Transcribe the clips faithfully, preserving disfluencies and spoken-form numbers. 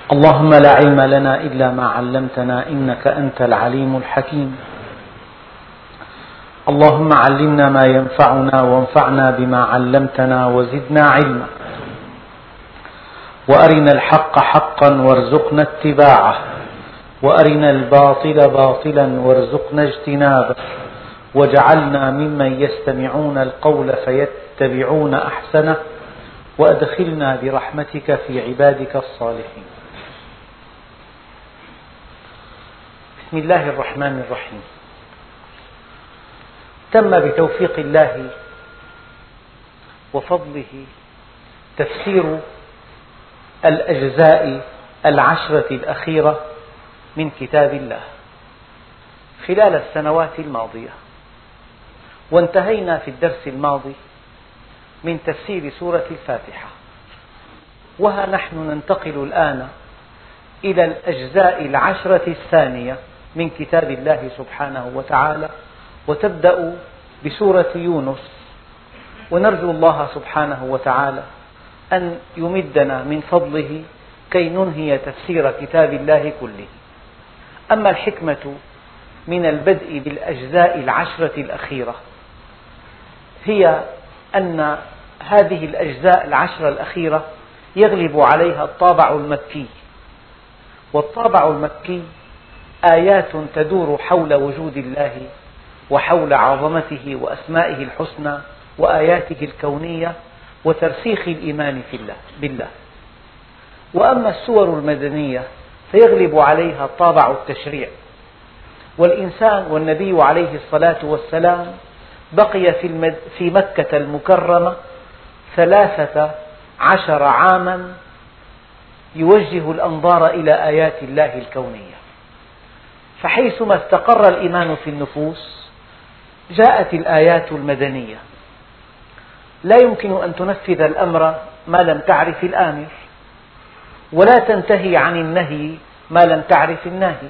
اللهم لا علم لنا إلا ما علمتنا إنك أنت العليم الحكيم. اللهم علمنا ما ينفعنا وانفعنا بما علمتنا وزدنا علما، وأرنا الحق حقا وارزقنا اتباعه، وأرنا الباطل باطلا وارزقنا اجتنابه، واجعلنا ممن يستمعون القول فيتبعون أحسنه، وأدخلنا برحمتك في عبادك الصالحين. بسم الله الرحمن الرحيم. تم بتوفيق الله وفضله تفسير الأجزاء العشرة الأخيرة من كتاب الله خلال السنوات الماضية، وانتهينا في الدرس الماضي من تفسير سورة الفاتحة، وها نحن ننتقل الآن إلى الأجزاء العشرة الثانية من كتاب الله سبحانه وتعالى، وتبدأ بسورة يونس، ونرجو الله سبحانه وتعالى أن يمدنا من فضله كي ننهي تفسير كتاب الله كله. أما الحكمة من البدء بالأجزاء العشرة الأخيرة هي أن هذه الأجزاء العشرة الأخيرة يغلب عليها الطابع المكي، والطابع المكي آيات تدور حول وجود الله وحول عظمته وأسمائه الحسنى وآياته الكونية وترسيخ الإيمان في الله بالله. وأما السور المدنية فيغلب عليها طابع التشريع، والإنسان والنبي عليه الصلاة والسلام بقي في, المد... في مكة المكرمة ثلاثة عشر عاما يوجه الأنظار إلى آيات الله الكونية، فحيثما استقر الإيمان في النفوس جاءت الآيات المدنية. لا يمكن أن تنفذ الأمر ما لم تعرف الآمر، ولا تنتهي عن النهي ما لم تعرف الناهي،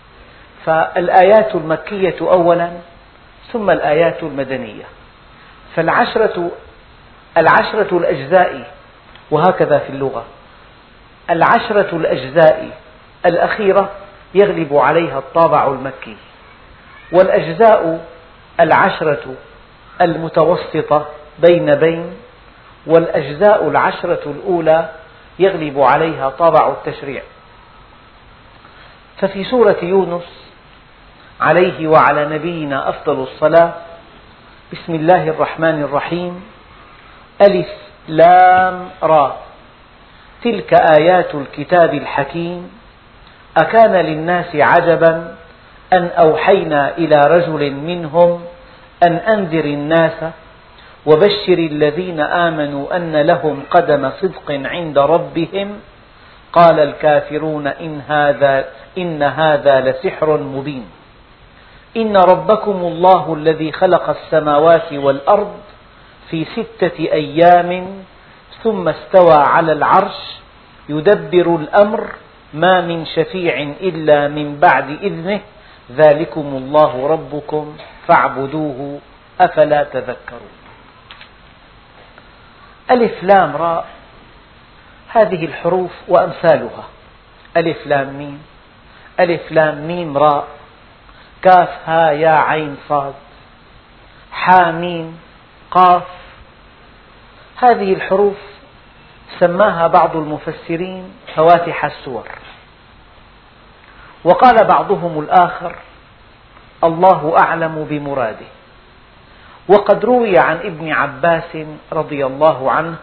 فالآيات المكية أولا ثم الآيات المدنية. فالعشرة العشرة الأجزاء، وهكذا في اللغة، العشرة الأجزاء الأخيرة يغلب عليها الطابع المكي، والأجزاء العشرة المتوسطة بين بين، والأجزاء العشرة الأولى يغلب عليها طابع التشريع. ففي سورة يونس عليه وعلى نبينا أفضل الصلاة بسم الله الرحمن الرحيم ألف لام را تلك آيات الكتاب الحكيم أكان للناس عجبا أن أوحينا إلى رجل منهم أن أنذر الناس وبشر الذين آمنوا أن لهم قدم صدق عند ربهم قال الكافرون إن هذا, إن هذا لسحر مبين إن ربكم الله الذي خلق السماوات والأرض في ستة أيام ثم استوى على العرش يدبر الأمر ما من شفيع إلا من بعد إذنه ذلكم الله ربكم فاعبدوه أفلا تذكرون. ألف لام راء هذه الحروف وأمثالها: ألف لام ميم، ألف لام ميم راء، كاف ها يا عين صاد، حا ميم قاف. هذه الحروف سماها بعض المفسرين فواتح السور، وقال بعضهم الآخر الله أعلم بمراده. وقد روي عن ابن عباس رضي الله عنه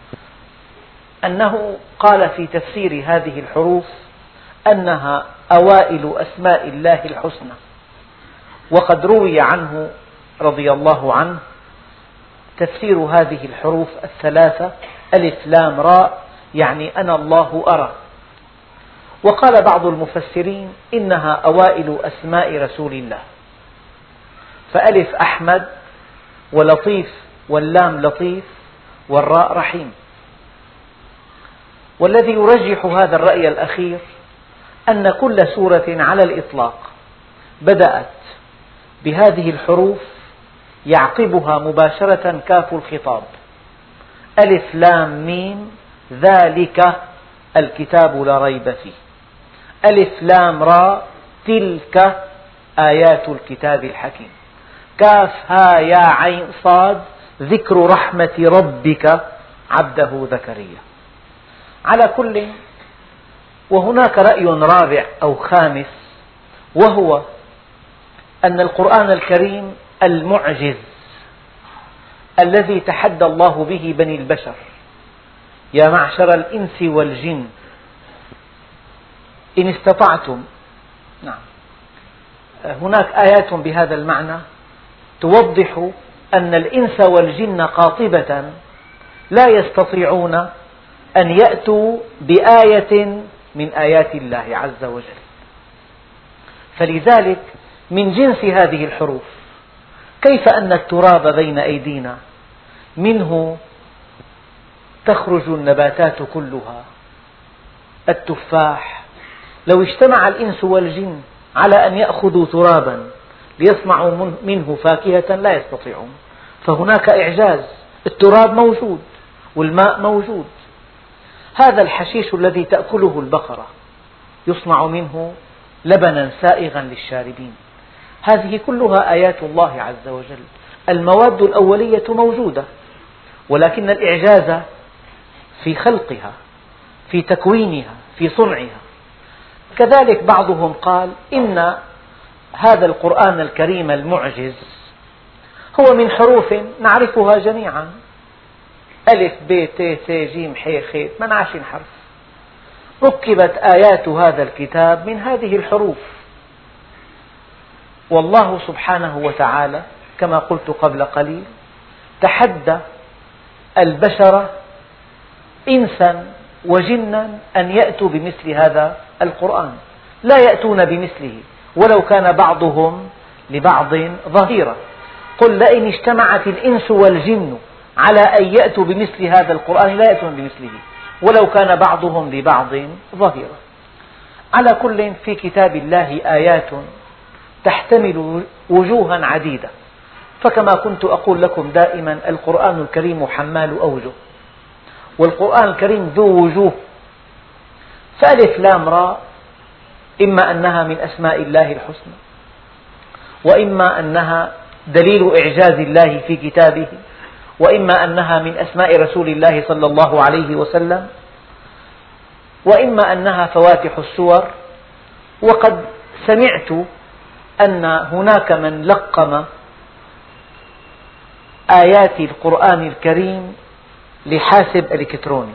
أنه قال في تفسير هذه الحروف أنها أوائل أسماء الله الحسنى. وقد روي عنه رضي الله عنه تفسير هذه الحروف الثلاثة ألف لام راء يعني أنا الله أرى. وقال بعض المفسرين إنها أوائل أسماء رسول الله، فألف أحمد ولطيف واللام لطيف والراء رحيم. والذي يرجح هذا الرأي الأخير أن كل سورة على الإطلاق بدأت بهذه الحروف يعقبها مباشرة كاف الخطاب: ألف لام ميم ذلك الكتاب لا ريب فيه. ألف لام را تلك آيات الكتاب الحكيم. كاف ها يا عين صاد ذكر رحمة ربك عبده زكريا. على كل، وهناك رأي رابع أو خامس، وهو أن القرآن الكريم المعجز الذي تحدى الله به بني البشر: يا معشر الإنس والجن إن استطعتم. نعم، هناك آيات بهذا المعنى توضح أن الإنس والجن قاطبة لا يستطيعون أن يأتوا بآية من آيات الله عز وجل. فلذلك من جنس هذه الحروف، كيف أن التراب بين أيدينا منه تخرج النباتات كلها، التفاح، لو اجتمع الإنس والجن على أن يأخذوا ترابا ليصنعوا منه فاكهة لا يستطيعون. فهناك إعجاز، التراب موجود والماء موجود. هذا الحشيش الذي تأكله البقرة يصنع منه لبنا سائغا للشاربين. هذه كلها آيات الله عز وجل. المواد الأولية موجودة، ولكن الإعجاز في خلقها، في تكوينها، في صنعها. كذلك بعضهم قال إن هذا القرآن الكريم المعجز هو من حروف نعرفها جميعا: ألف ب ت س ج ح خ ثمانية عشر حرف، ركبت آيات هذا الكتاب من هذه الحروف. والله سبحانه وتعالى كما قلت قبل قليل تحدى البشر إنسا وجنا أن يأتوا بمثل هذا القرآن، لا يأتون بمثله ولو كان بعضهم لبعض ظهيرا. قل لئن اجتمعت الإنس والجن على أن يأتوا بمثل هذا القرآن لا يأتون بمثله ولو كان بعضهم لبعض ظهيرا. على كل، في كتاب الله آيات تحتمل وجوها عديدة، فكما كنت أقول لكم دائما القرآن الكريم حمال أوجه، والقرآن الكريم ذو وجوه. فألف لام را إما أنها من أسماء الله الحسنى، وإما أنها دليل إعجاز الله في كتابه، وإما أنها من أسماء رسول الله صلى الله عليه وسلم، وإما أنها فواتح السور. وقد سمعت أن هناك من لقم آيات القرآن الكريم لحاسب إلكتروني،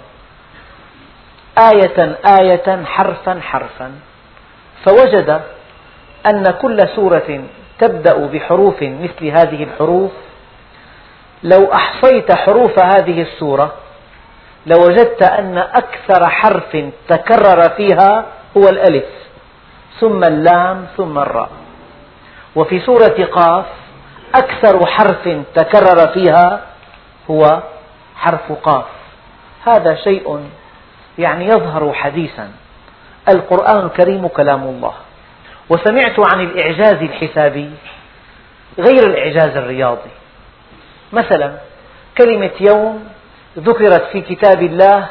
آية آية حرفا حرفا، فوجد أن كل سورة تبدأ بحروف مثل هذه الحروف لو أحصيت حروف هذه السورة لوجدت أن أكثر حرف تكرر فيها هو الألف، ثم اللام، ثم الراء. وفي سورة قاف أكثر حرف تكرر فيها هو حرف قاف. هذا شيء يعني يظهر حديثا. القرآن الكريم كلام الله. وسمعت عن الإعجاز الحسابي غير الإعجاز الرياضي. مثلا كلمة يوم ذكرت في كتاب الله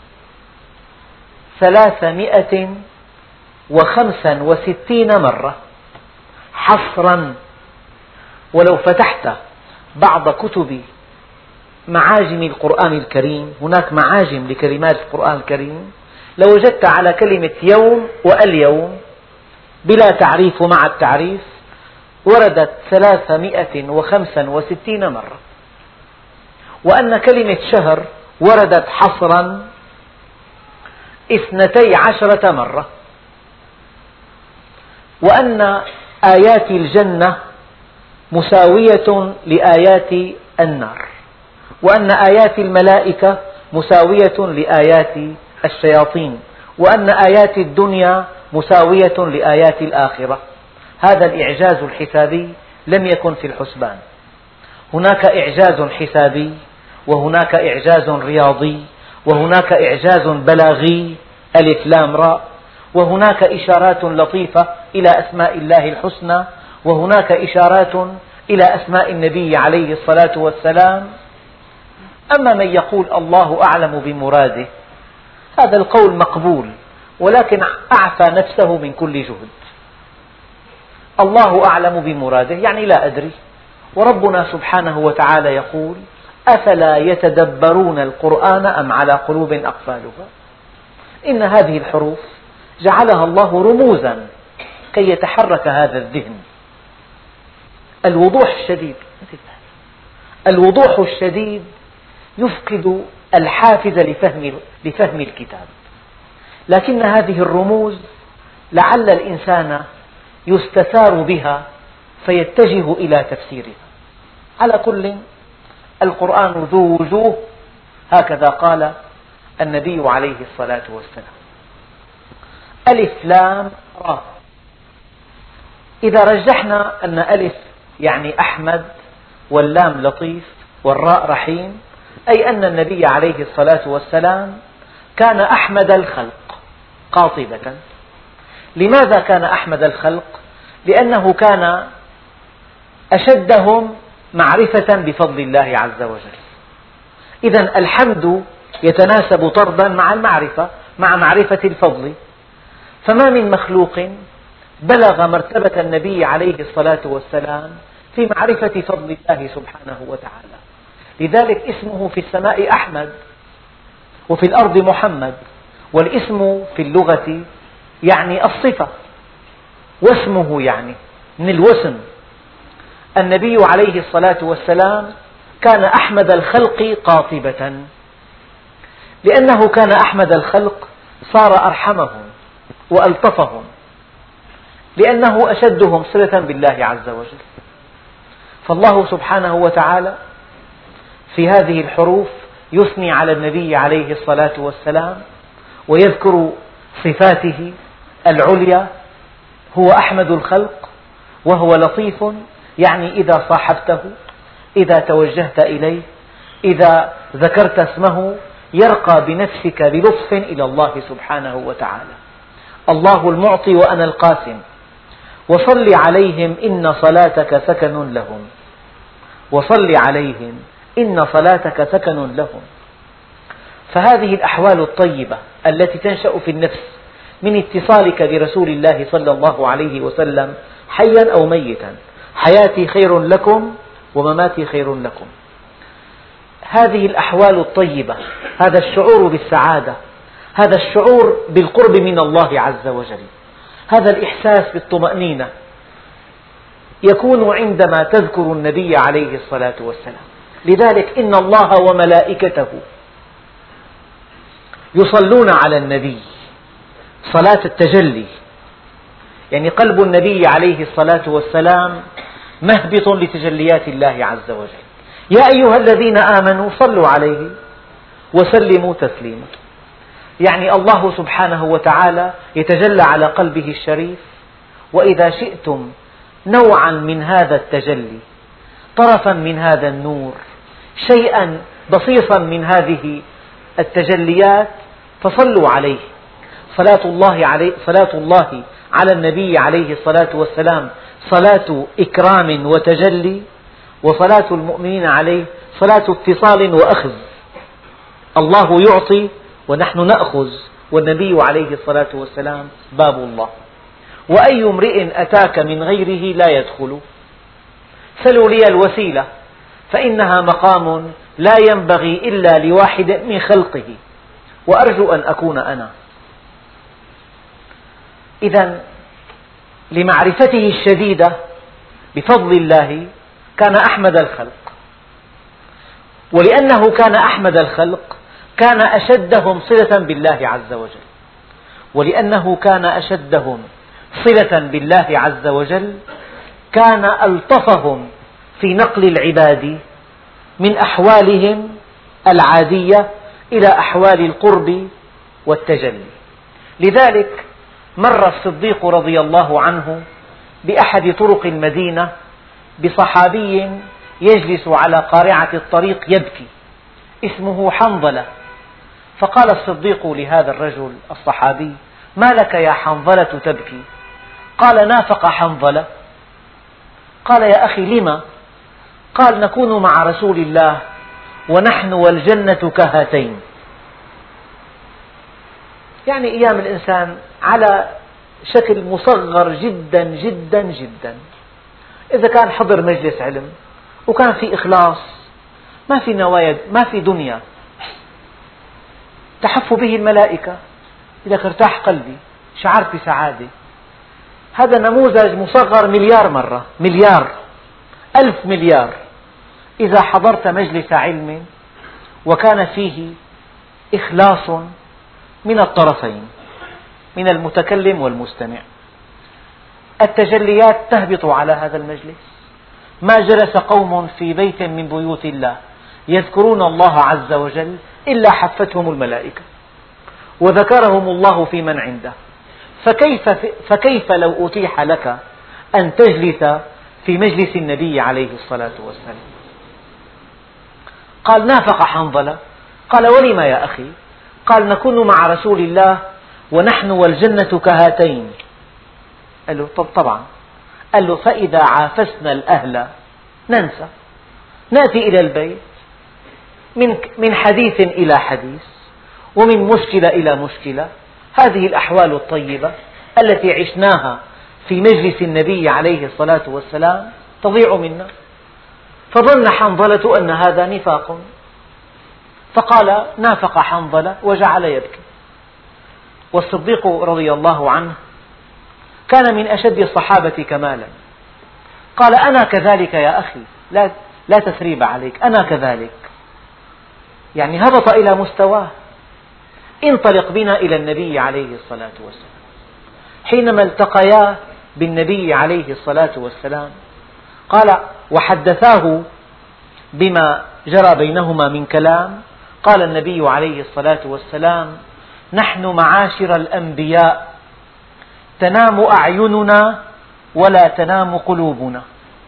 ثلاثمائة وخمسة وستين مرة حصرا. ولو فتحت بعض كتب معاجم القرآن الكريم، هناك معاجم لكلمات القرآن الكريم، لوجدت على كلمة يوم واليوم بلا تعريف ومع التعريف وردت ثلاثمائة وخمسة وستين مرة، وأن كلمة شهر وردت حصرا اثنتي عشرة مرة، وأن آيات الجنة مساوية لآيات النار، وأن آيات الملائكة مساوية لآيات الشياطين، وأن آيات الدنيا مساوية لآيات الآخرة. هذا الإعجاز الحسابي لم يكن في الحسبان. هناك إعجاز حسابي، وهناك إعجاز رياضي، وهناك إعجاز بلاغي ألف لام راء، وهناك إشارات لطيفة إلى أسماء الله الحسنى، وهناك إشارات إلى أسماء النبي عليه الصلاة والسلام. أما من يقول الله أعلم بمراده، هذا القول مقبول، ولكن أعفى نفسه من كل جهد. الله أعلم بمراده، يعني لا أدري. وربنا سبحانه وتعالى يقول: أفلا يتدبرون القرآن أم على قلوب أقفالها. إن هذه الحروف جعلها الله رموزا كي يتحرك هذا الذهن. الوضوح الشديد الوضوح الشديد يفقد الحافز لفهم لفهم الكتاب، لكن هذه الرموز لعل الإنسان يستثار بها فيتجه إلى تفسيرها. على كل، القرآن ذو وجوه، هكذا قال النبي عليه الصلاة والسلام. ألف لام را، إذا رجحنا أن ألف يعني أحمد، واللام لطيف، والراء رحيم، أي أن النبي عليه الصلاة والسلام كان أحمد الخلق قاطبة. لماذا كان أحمد الخلق؟ لأنه كان أشدهم معرفة بفضل الله عز وجل. إذن الحمد يتناسب طردا مع المعرفة، مع معرفة الفضل. فما من مخلوق بلغ مرتبة النبي عليه الصلاة والسلام في معرفة فضل الله سبحانه وتعالى. لذلك اسمه في السماء أحمد، وفي الأرض محمد. والاسم في اللغة يعني الصفة، واسمه يعني من الوسم. النبي عليه الصلاة والسلام كان أحمد الخلق قاطبة. لأنه كان أحمد الخلق صار أرحمهم وألطفهم، لأنه أشدهم صلة بالله عز وجل. فالله سبحانه وتعالى في هذه الحروف يثني على النبي عليه الصلاة والسلام ويذكر صفاته العليا. هو أحمد الخلق وهو لطيف، يعني إذا صاحبته، إذا توجهت إليه، إذا ذكرت اسمه، يرقى بنفسك بلطف إلى الله سبحانه وتعالى. الله المعطي وأنا القاسم، وصل عليهم إن صلاتك سكن لهم، وصل عليهم إن صلاتك سكن لهم. فهذه الأحوال الطيبة التي تنشأ في النفس من اتصالك برسول الله صلى الله عليه وسلم حيا أو ميتا: حياتي خير لكم ومماتي خير لكم. هذه الأحوال الطيبة، هذا الشعور بالسعادة، هذا الشعور بالقرب من الله عز وجل، هذا الإحساس بالطمأنينة، يكون عندما تذكر النبي عليه الصلاة والسلام. لذلك إن الله وملائكته يصلون على النبي صلاة التجلي، يعني قلب النبي عليه الصلاة والسلام مهبط لتجليات الله عز وجل. يا أيها الذين آمنوا صلوا عليه وسلموا تسليما. يعني الله سبحانه وتعالى يتجلى على قلبه الشريف، وإذا شئتم نوعا من هذا التجلي، طرفا من هذا النور، شيئا بسيطا من هذه التجليات، فصلوا عليه. صلاة الله عليه صلاة الله على النبي عليه الصلاة والسلام صلاة إكرام وتجلي، وصلاة المؤمنين عليه صلاة اتصال وأخذ. الله يعطي ونحن نأخذ، والنبي عليه الصلاة والسلام باب الله. وأي امرئ أتاك من غيره لا يدخل. سلوا لي الوسيلة فإنها مقام لا ينبغي إلا لواحد من خلقه، وأرجو أن أكون أنا. إذن لمعرفته الشديدة بفضل الله كان أحمد الخلق، ولأنه كان أحمد الخلق كان أشدهم صلة بالله عز وجل، ولأنه كان أشدهم صلة بالله عز وجل كان ألطفهم في نقل العباد من أحوالهم العادية إلى أحوال القرب والتجلي. لذلك مر الصديق رضي الله عنه بأحد طرق المدينة بصحابي يجلس على قارعة الطريق يبكي، اسمه حنظلة. فقال الصديق لهذا الرجل الصحابي: ما لك يا حنظلة تبكي؟ قال: نافق حنظلة. قال: يا أخي لما؟ قال: نكون مع رسول الله ونحن والجنة كهاتين. يعني أيام الإنسان على شكل مصغر جدا جدا جدا. إذا كان حضر مجلس علم وكان في إخلاص، ما في نوايا، ما في دنيا، تحف به الملائكة، إذا ارتاح قلبي، شعرت بسعادة. هذا نموذج مصغر مليار مرة، مليار، ألف مليار. إذا حضرت مجلس علم وكان فيه إخلاص من الطرفين، من المتكلم والمستمع، التجليات تهبط على هذا المجلس. ما جلس قوم في بيت من بيوت الله يذكرون الله عز وجل إلا حفتهم الملائكة وذكرهم الله في من عنده. فكيف, فكيف لو أتيح لك أن تجلس في مجلس النبي عليه الصلاة والسلام؟ قال: نافق حنظلة. قال: ولم يا أخي؟ قال: نكون مع رسول الله ونحن والجنة كهاتين. قال له: طب طبعا. قال له: فإذا عافسنا الأهل ننسى، نأتي إلى البيت من من حديث إلى حديث، ومن مشكلة إلى مشكلة. هذه الأحوال الطيبة التي عشناها في مجلس النبي عليه الصلاة والسلام تضيع منا. فظن حنظلة أن هذا نفاق، فقال: نافق حنظلة، وجعل يبكي. والصديق رضي الله عنه كان من أشد الصحابة كمالا، قال: أنا كذلك يا أخي، لا, لا تثريب عليك، أنا كذلك. يعني هبط إلى مستواه. انطلق بنا إلى النبي عليه الصلاة والسلام. حينما التقيا بالنبي عليه الصلاة والسلام قال وحدثاه بما جرى بينهما من كلام، قال النبي عليه الصلاة والسلام: نحن معاشر الأنبياء تنام أعيننا ولا تنام قلوبنا.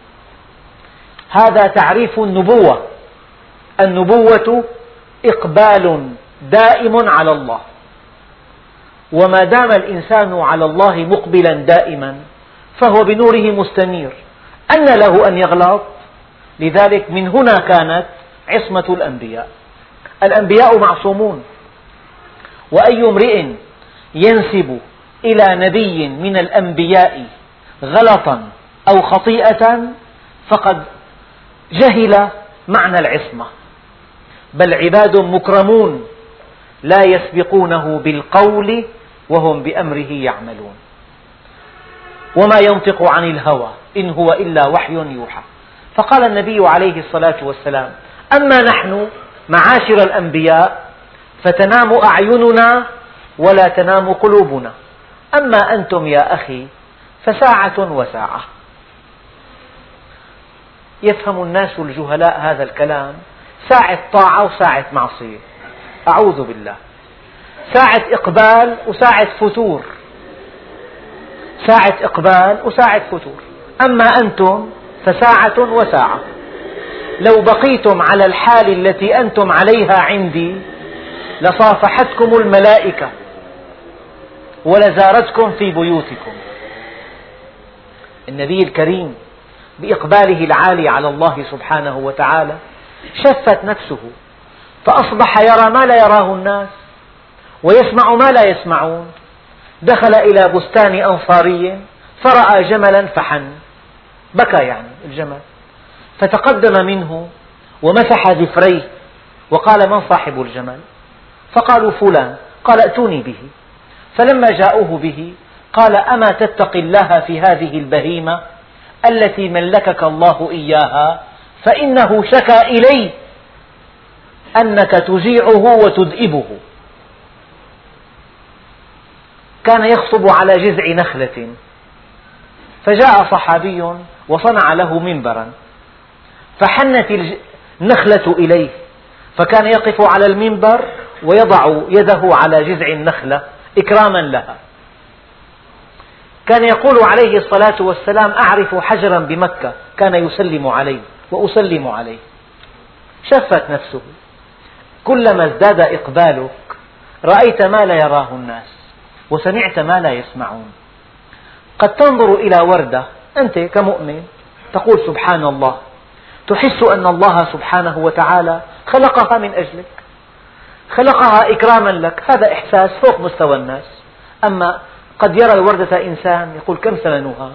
هذا تعريف النبوة. النبوة إقبال دائم على الله، وما دام الإنسان على الله مقبلا دائما فهو بنوره مستنير، أن له أن يغلط. لذلك من هنا كانت عصمة الأنبياء. الأنبياء معصومون، وأي امرئ ينسب إلى نبي من الأنبياء غلطا أو خطيئة فقد جهل معنى العصمة. بل عباد مكرمون لا يسبقونه بالقول وهم بأمره يعملون. وما ينطق عن الهوى إن هو إلا وحي يوحى. فقال النبي عليه الصلاة والسلام: أما نحن معاشر الأنبياء فتنام أعيننا ولا تنام قلوبنا، أما أنتم يا أخي فساعة وساعة. يفهم الناس الجهلاء هذا الكلام ساعة طاعة وساعة معصية، أعوذ بالله، ساعة إقبال وساعة فتور، ساعة إقبال وساعة فتور. أما أنتم فساعة وساعة. لو بقيتم على الحال التي أنتم عليها عندي لصافحتكم الملائكة ولزارتكم في بيوتكم. النبي الكريم بإقباله العالي على الله سبحانه وتعالى شفت نفسه، فأصبح يرى ما لا يراه الناس ويسمع ما لا يسمعون. دخل إلى بستان أنصاري فرأى جملا فحن، بكى يعني الجمل، فتقدم منه ومسح ذفريه وقال: من صاحب الجمل؟ فقالوا: فلان. قال: ائتوني به. فلما جاءوه به قال: أما تتقي الله في هذه البهيمة التي ملكك الله إياها، فإنه شكا إلي أنك تجيعه وتدئبه. كان يخطب على جذع نخلة، فجاء صحابي وصنع له منبرا، فحنت النخلة إليه، فكان يقف على المنبر ويضع يده على جذع النخلة إكراما لها. كان يقول عليه الصلاة والسلام: أعرف حجرا بمكة كان يسلم عليه وأسلم عليه. شفت نفسه. كلما ازداد إقبالك رأيت ما لا يراه الناس وسمعت ما لا يسمعون. قد تنظر إلى وردة أنت كمؤمن تقول: سبحان الله، تحس أن الله سبحانه وتعالى خلقها من أجلك. خلقها إكراما لك، هذا إحساس فوق مستوى الناس. أما قد يرى الوردة إنسان يقول كم ثمنها؟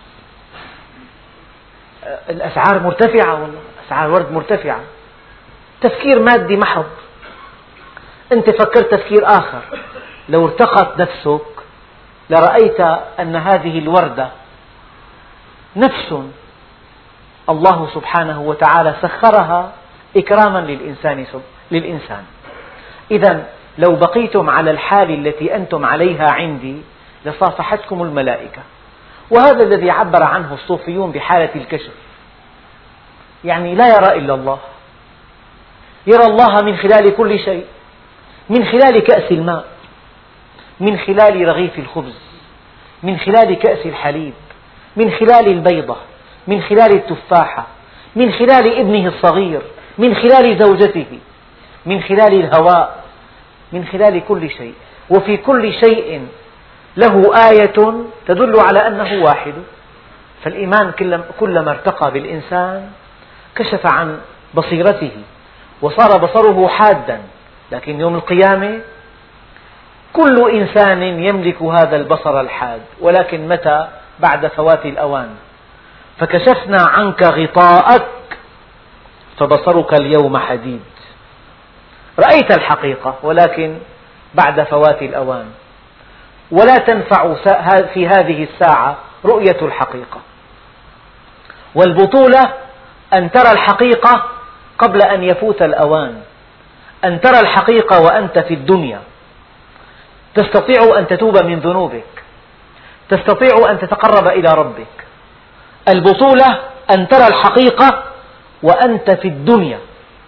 الأسعار مرتفعة، والله أسعار الورد مرتفعة. تفكير مادي محض. أنت فكرت تفكير آخر، لو ارتقت نفسك لرأيت أن هذه الوردة نفس الله سبحانه وتعالى سخرها إكراما للإنسان للإنسان. إذا لو بقيتم على الحال التي أنتم عليها عندي لصافحتكم الملائكة. وهذا الذي عبر عنه الصوفيون بحالة الكشف، يعني لا يرى إلا الله، يرى الله من خلال كل شيء، من خلال كأس الماء، من خلال رغيف الخبز، من خلال كأس الحليب، من خلال البيضة، من خلال التفاحة، من خلال ابنه الصغير، من خلال زوجته، من خلال الهواء، من خلال كل شيء. وفي كل شيء له آية تدل على أنه واحد. فالإيمان كلما ارتقى بالإنسان كشف عن بصيرته وصار بصره حادا، لكن يوم القيامة كل إنسان يملك هذا البصر الحاد، ولكن متى؟ بعد فوات الأوان. فكشفنا عنك غطاءك فبصرك اليوم حديد. رأيت الحقيقة ولكن بعد فوات الأوان، ولا تنفع في هذه الساعة رؤية الحقيقة. والبطولة أن ترى الحقيقة قبل أن يفوت الأوان، أن ترى الحقيقة وأنت في الدنيا، تستطيع أن تتوب من ذنوبك، تستطيع أن تتقرب إلى ربك. البطولة أن ترى الحقيقة وأنت في الدنيا،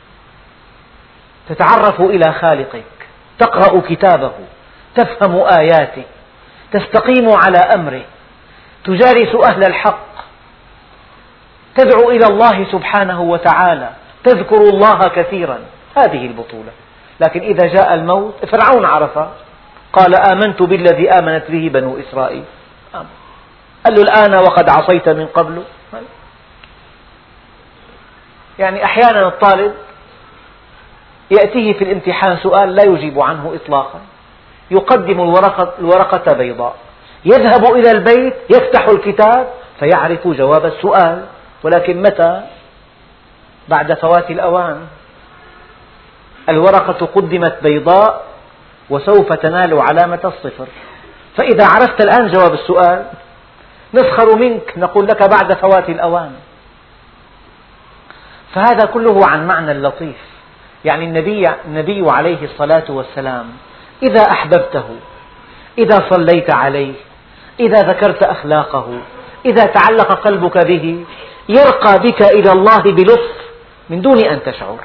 تتعرف إلى خالقك، تقرأ كتابه، تفهم آياته، تستقيم على أمره، تجالس أهل الحق، تدعو إلى الله سبحانه وتعالى، تذكر الله كثيرا. هذه البطولة. لكن إذا جاء الموت، فرعون عرف، قال آمنت بالذي آمنت به بنو إسرائيل. قال له الآن وقد عصيت من قبل. يعني أحيانا الطالب يأتيه في الامتحان سؤال لا يجيب عنه إطلاقا، يقدم الورقة, الورقة بيضاء، يذهب إلى البيت يفتح الكتاب فيعرف جواب السؤال، ولكن متى؟ بعد فوات الأوان. الورقة قدمت بيضاء وسوف تنال علامة الصفر، فإذا عرفت الآن جواب السؤال نسخر منك، نقول لك بعد فوات الأوان. فهذا كله عن معنى لطيف. يعني النبي, النبي عليه الصلاة والسلام إذا أحببته، إذا صليت عليه، إذا ذكرت أخلاقه، إذا تعلق قلبك به، يرقى بك إلى الله بلطف من دون أن تشعر.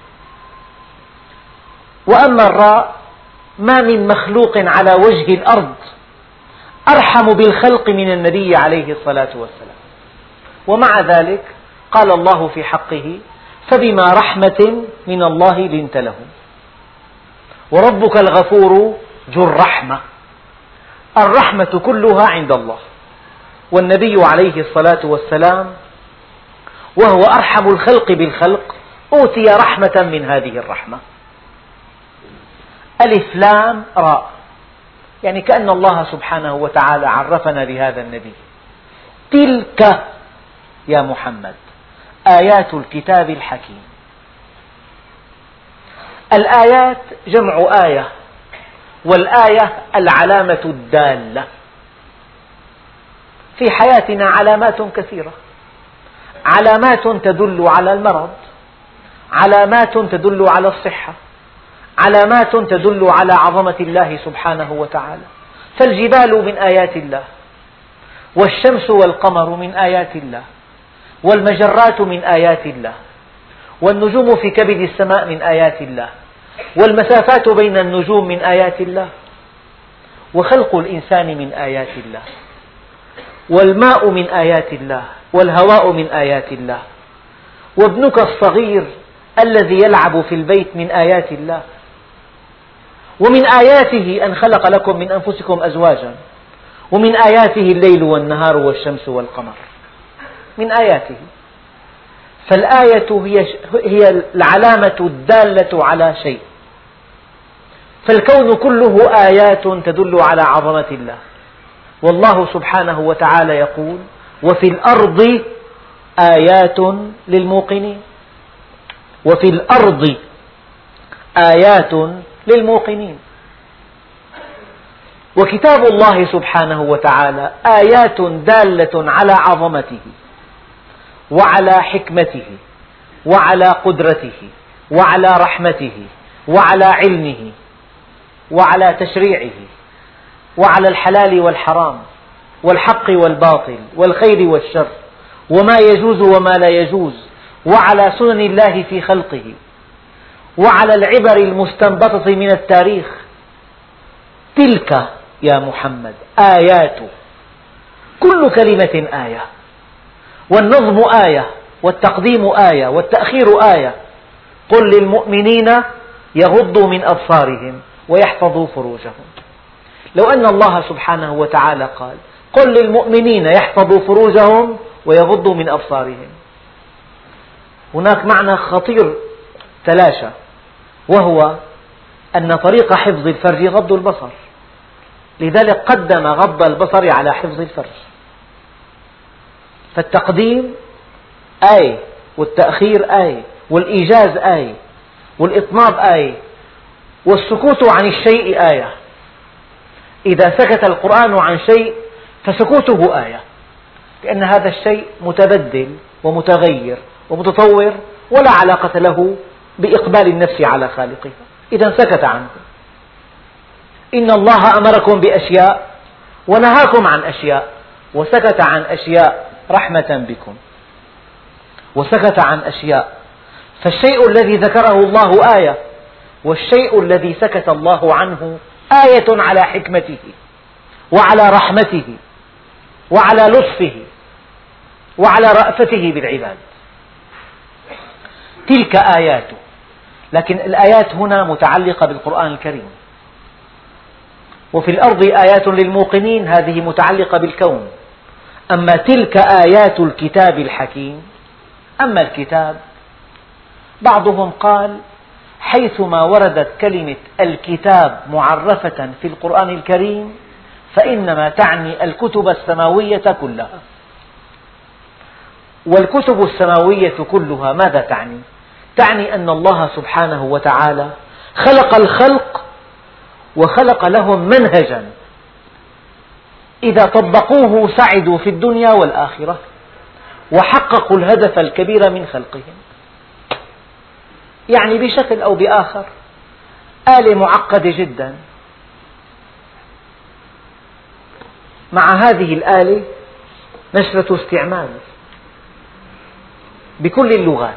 وأما الراء، ما من مخلوق على وجه الأرض أرحم بالخلق من النبي عليه الصلاة والسلام، ومع ذلك قال الله في حقه فبما رحمة من الله لنت لهم وربك الغفور ذو الرحمة. الرحمة كلها عند الله، والنبي عليه الصلاة والسلام وهو أرحم الخلق بالخلق أوتي رحمة من هذه الرحمة. ألف لام راء، يعني كأن الله سبحانه وتعالى عرفنا بهذا النبي. تلك يا محمد آيات الكتاب الحكيم. الآيات جمع آية، والآية العلامة الدالة. في حياتنا علامات كثيرة، علامات تدل على المرض، علامات تدل على الصحة، علامات تدل على عظمة الله سبحانه وتعالى. فالجبال من آيات الله، والشمس والقمر من آيات الله، والمجرات من آيات الله، والنجوم في كبد السماء من آيات الله، والمسافات بين النجوم من آيات الله، وخلق الإنسان من آيات الله، والماء من آيات الله، والهواء من آيات الله، وابنك الصغير الذي يلعب في البيت من آيات الله. ومن آياته أن خلق لكم من أنفسكم أزواجا، ومن آياته الليل والنهار والشمس والقمر، من آياته. فالآية هي العلامة الدالة على شيء. فالكون كله آيات تدل على عظمة الله. والله سبحانه وتعالى يقول: وفي الأرض آيات للموقنين. وفي الأرض آيات للموقنين. وكتاب الله سبحانه وتعالى آيات دالة على عظمته وعلى حكمته وعلى قدرته وعلى رحمته وعلى علمه وعلى تشريعه وعلى الحلال والحرام والحق والباطل والخير والشر وما يجوز وما لا يجوز، وعلى سنن الله في خلقه، وعلى العبر المستنبطة من التاريخ. تلك يا محمد آيات، كل كلمة آية، والنظم آية، والتقديم آية، والتأخير آية. قل للمؤمنين يغضوا من أبصارهم ويحفظوا فروجهم. لو أن الله سبحانه وتعالى قال: قل للمؤمنين يحفظوا فروجهم ويغضوا من أبصارهم، هناك معنى خطير تلاشى، وهو أن طريق حفظ الفرج غض البصر، لذلك قدم غض البصر على حفظ الفرج. فالتقديم آية، والتأخير آية، والإيجاز آية، والإطناب آية، والسكوت عن الشيء آية. إذا سكت القرآن عن شيء فسكوته آية، لأن هذا الشيء متبدل ومتغير ومتطور ولا علاقة له بإقبال النفس على خالقها، إذا سكت عنه. إن الله أمركم بأشياء ونهاكم عن أشياء، وسكت عن أشياء رحمة بكم، وسكت عن أشياء. فالشيء الذي ذكره الله آية، والشيء الذي سكت الله عنه آية على حكمته وعلى رحمته وعلى لطفه وعلى رأفته بالعباد. تلك آياته، لكن الآيات هنا متعلقة بالقرآن الكريم. وفي الأرض آيات للموقنين، هذه متعلقة بالكون. أما تلك آيات الكتاب الحكيم، أما الكتاب، بعضهم قال: حيثما وردت كلمة الكتاب معرفة في القرآن الكريم فإنما تعني الكتب السماوية كلها. والكتب السماوية كلها ماذا تعني؟ تعني أن الله سبحانه وتعالى خلق الخلق وخلق لهم منهجا إذا طبقوه سعدوا في الدنيا والآخرة وحققوا الهدف الكبير من خلقهم. يعني بشكل أو بآخر آلة معقدة جدا، مع هذه الآلة نشرة استعمال بكل اللغات،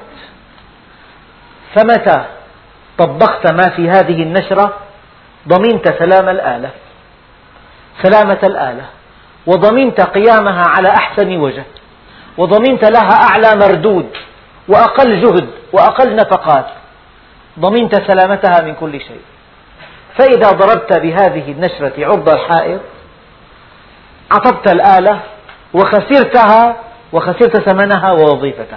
فمتى طبقت ما في هذه النشرة ضمنت سلام الآلة، سلامة الآلة، وضمنت قيامها على أحسن وجه، وضمنت لها أعلى مردود وأقل جهد وأقل نفقات، ضمنت سلامتها من كل شيء. فإذا ضربت بهذه النشرة عرض الحائط عطبت الآلة وخسرتها وخسرت ثمنها ووظيفتها.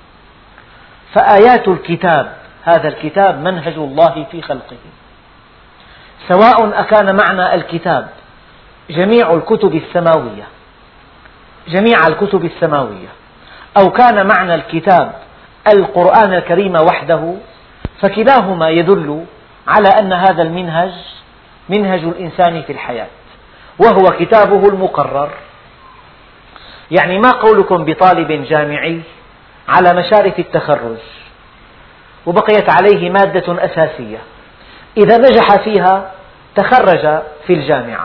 فآيات الكتاب، هذا الكتاب منهج الله في خلقه، سواء أكان معنى الكتاب جميع الكتب السماوية، جميع الكتب السماوية، أو كان معنى الكتاب القرآن الكريم وحده، فكلاهما يدل على أن هذا المنهج منهج الإنسان في الحياة، وهو كتابه المقرر. يعني ما قولكم بطالب جامعي على مشارف التخرج وبقيت عليه مادة أساسية، إذا نجح فيها تخرج في الجامعة،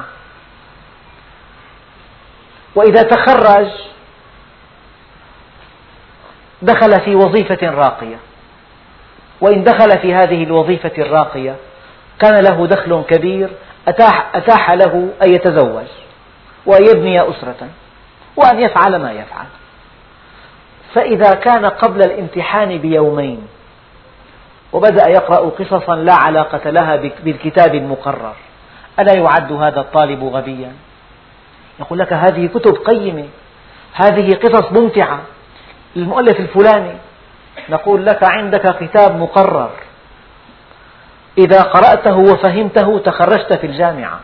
وإذا تخرج دخل في وظيفة راقية، وإن دخل في هذه الوظيفة الراقية كان له دخل كبير أتاح, أتاح له أن يتزوج وأن يبني أسرة وأن يفعل ما يفعل. فإذا كان قبل الامتحان بيومين وبدأ يقرأ قصصا لا علاقة لها بالكتاب المقرر، ألا يعد هذا الطالب غبيا؟ يقول لك هذه كتب قيمة، هذه قصص ممتعة، المؤلف الفلاني. نقول لك عندك كتاب مقرر إذا قرأته وفهمته تخرجت في الجامعة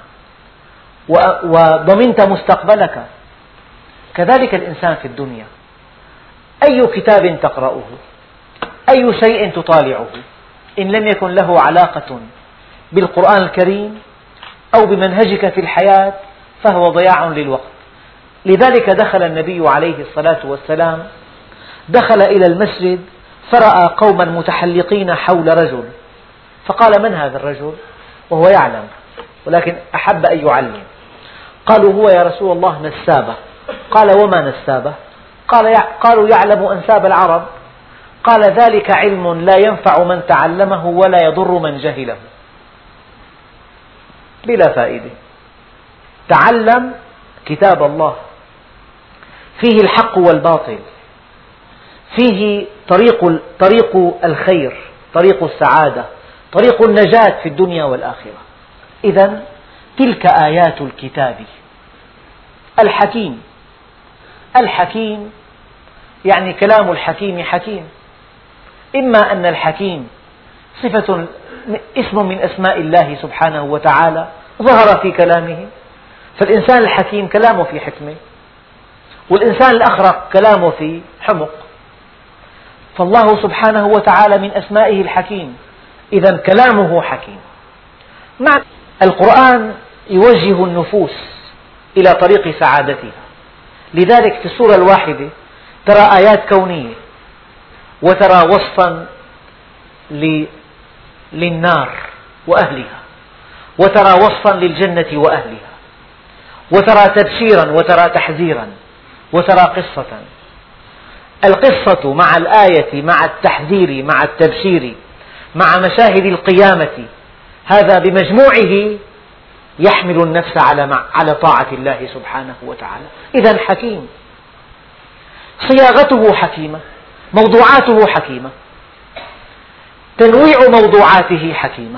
وضمنت مستقبلك. كذلك الإنسان في الدنيا، أي كتاب تقرأه، أي شيء تطالعه، إن لم يكن له علاقة بالقرآن الكريم أو بمنهجك في الحياة فهو ضياع للوقت. لذلك دخل النبي عليه الصلاة والسلام دخل إلى المسجد فرأى قوما متحلقين حول رجل، فقال: من هذا الرجل؟ وهو يعلم ولكن أحب أن يعلم. قالوا: هو يا رسول الله نسابة. قال: وما نسابة؟ قالوا: يعلم أنساب العرب. قال: ذلك علم لا ينفع من تعلمه ولا يضر من جهله. بلا فائدة. تعلم كتاب الله، فيه الحق والباطل، فيه طريق طريق الخير، طريق السعادة، طريق النجاة في الدنيا والآخرة. إذن تلك آيات الكتاب الحكيم. الحكيم يعني كلام الحكيم حكيم. إما أن الحكيم صفة اسم من أسماء الله سبحانه وتعالى ظهر في كلامه، فالإنسان الحكيم كلامه في حكمة، والإنسان الأخرق كلامه في حمق. فالله سبحانه وتعالى من أسمائه الحكيم، إذن كلامه حكيم. مع القرآن يوجه النفوس إلى طريق سعادتها. لذلك في السورة الواحدة ترى آيات كونية، وترى وصفا للنار وأهلها، وترى وصفا للجنة وأهلها، وترى تبشيرا وترى تحذيرا، وترى قصة. القصة مع الآية مع التحذير مع التبشير مع مشاهد القيامة، هذا بمجموعه يحمل النفس على طاعة الله سبحانه وتعالى. إذن حكيم، صياغته حكيمة، موضوعاته حكيمة، تنويع موضوعاته حكيمة،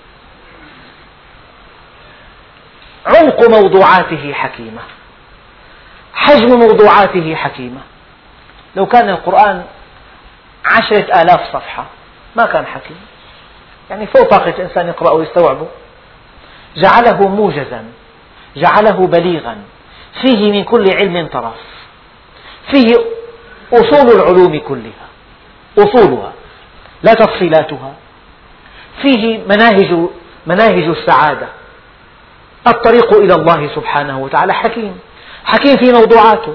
عمق موضوعاته حكيمة، حجم موضوعاته حكيمة. لو كان القرآن عشرة آلاف صفحة ما كان حكيم، يعني فوق طاقة الإنسان يقرأه ويستوعبه. جعله موجزا، جعله بليغا، فيه من كل علم طرف، فيه أصول العلوم كلها، أصولها لا تفصيلاتها، فيه مناهج مناهج السعادة، الطريق إلى الله سبحانه وتعالى. حكيم، حكيم في موضوعاته،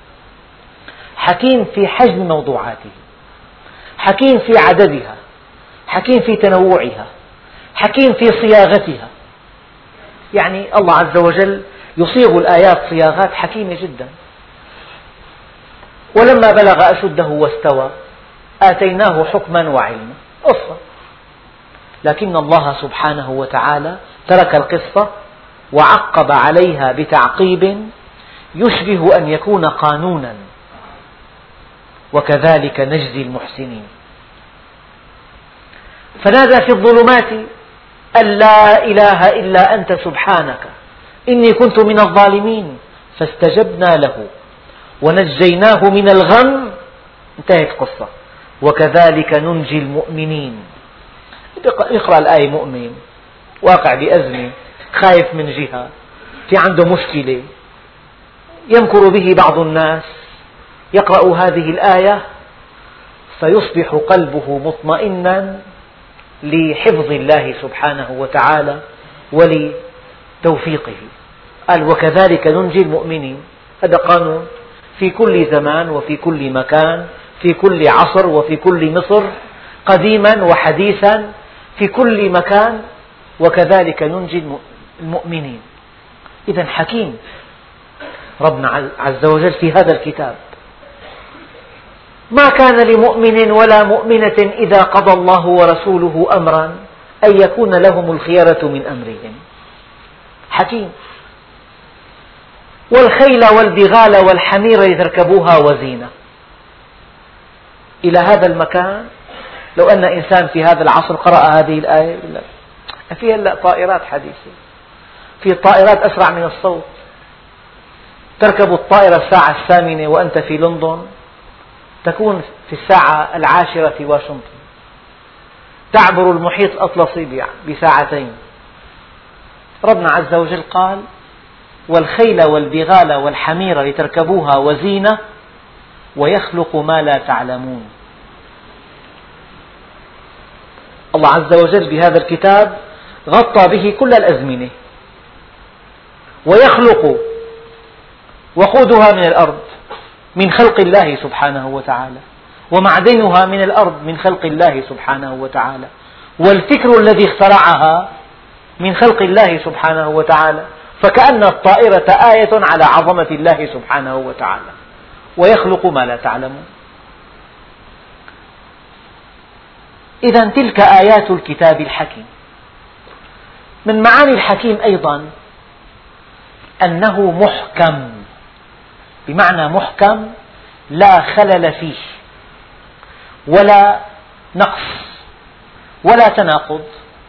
حكيم في حجم موضوعاته، حكيم في عددها، حكيم في تنوعها، حكيم في صياغتها. يعني الله عز وجل يصيغ الآيات صياغات حكيمة جدا. ولما بلغ أشده واستوى آتيناه حكما وعلما، قصة. لكن الله سبحانه وتعالى ترك القصة وعقب عليها بتعقيب يشبه أن يكون قانونا: وكذلك نجزي المحسنين. فنادى في الظلمات أن لا إله إلا أنت سبحانك إني كنت من الظالمين، فاستجبنا له ونجيناه من الغم. انتهت قصة. وكذلك ننجي المؤمنين. يقرأ الآية مؤمن واقع بأزمة، خايف من جهة، في عنده مشكلة، يمكر به بعض الناس، يقرأ هذه الآية فيصبح قلبه مطمئنا لحفظ الله سبحانه وتعالى ولتوفيقه. قال: وكذلك ننجي المؤمنين. هذا قانون في كل زمان وفي كل مكان، في كل عصر وفي كل مصر، قديما وحديثا، في كل مكان. وكذلك ننجي المؤمنين. إذن حكيم ربنا عز وجل في هذا الكتاب. ما كان لمؤمن ولا مؤمنة إذا قضى الله ورسوله أمرا أن يكون لهم الخيرة من أمرهم. حكيم. والخيل والبغال والحمير لتركبوها وزينة. إلى هذا المكان لو أن إنسان في هذا العصر قرأ هذه الآية يقول لك في هلأ طائرات حديثة، في طائرات أسرع من الصوت، تركب الطائرة الساعة الثامنة وأنت في لندن، تكون في الساعة العاشرة في واشنطن، تعبر المحيط الأطلسي بساعتين. ربنا عز وجل قال: والخيل والبغال والحمير لتركبوها وزينة ويخلق ما لا تعلمون. الله عز وجل بهذا الكتاب غطى به كل الأزمنة. ويخلق وقودها من الأرض من خلق الله سبحانه وتعالى، ومعدنها من الأرض من خلق الله سبحانه وتعالى، والفكر الذي اخترعها من خلق الله سبحانه وتعالى، فكأن الطائرة آية على عظمة الله سبحانه وتعالى. ويخلق ما لا تعلمون. إذا تلك آيات الكتاب الحكيم. من معاني الحكيم أيضا أنه محكم، بمعنى محكم لا خلل فيه ولا نقص ولا تناقض.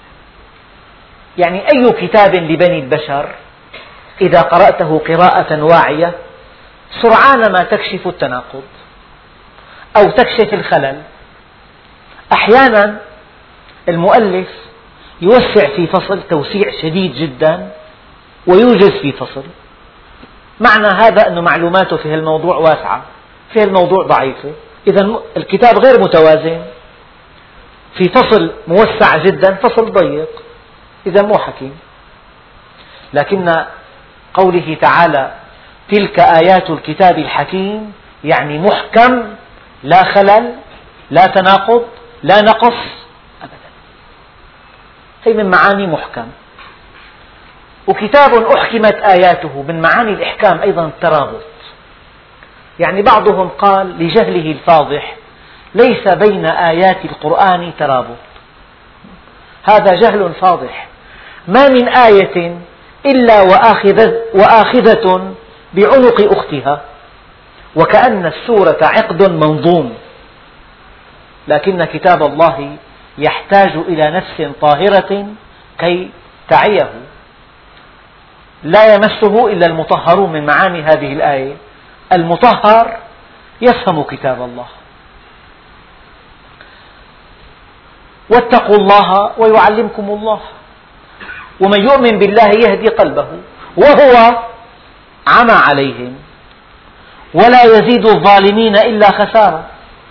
يعني أي كتاب لبني البشر إذا قرأته قراءة واعية سرعان ما تكشف التناقض أو تكشف الخلل. أحيانا المؤلف يوسع في فصل توسيع شديد جدا ويوجز في فصل، معنى هذا أن معلوماته في الموضوع واسعة، في الموضوع ضعيفة، إذا الكتاب غير متوازن، في فصل موسع جدا فصل ضيق، إذا مو حكيم. لكن قوله تعالى تلك آيات الكتاب الحكيم يعني محكم لا خلل لا تناقض لا نقص أبدا. هي من معاني محكم. وكتاب أحكمت آياته من معاني الإحكام أيضا الترابط. يعني بعضهم قال لجهله الفاضح ليس بين آيات القرآن ترابط. هذا جهل فاضح. ما من آية إلا وآخذة بعنق أختها، وكأن السورة عقد منظوم. لكن كتاب الله يحتاج إلى نفس طاهرة كي تعيه، لا يمسه إلا المطهرون. من معاني هذه الآية المطهر يفهم كتاب الله. واتقوا الله ويعلمكم الله، ومن يؤمن بالله يهدي قلبه وهو عمى عليهم ولا يزيد الظالمين إلا خسارة.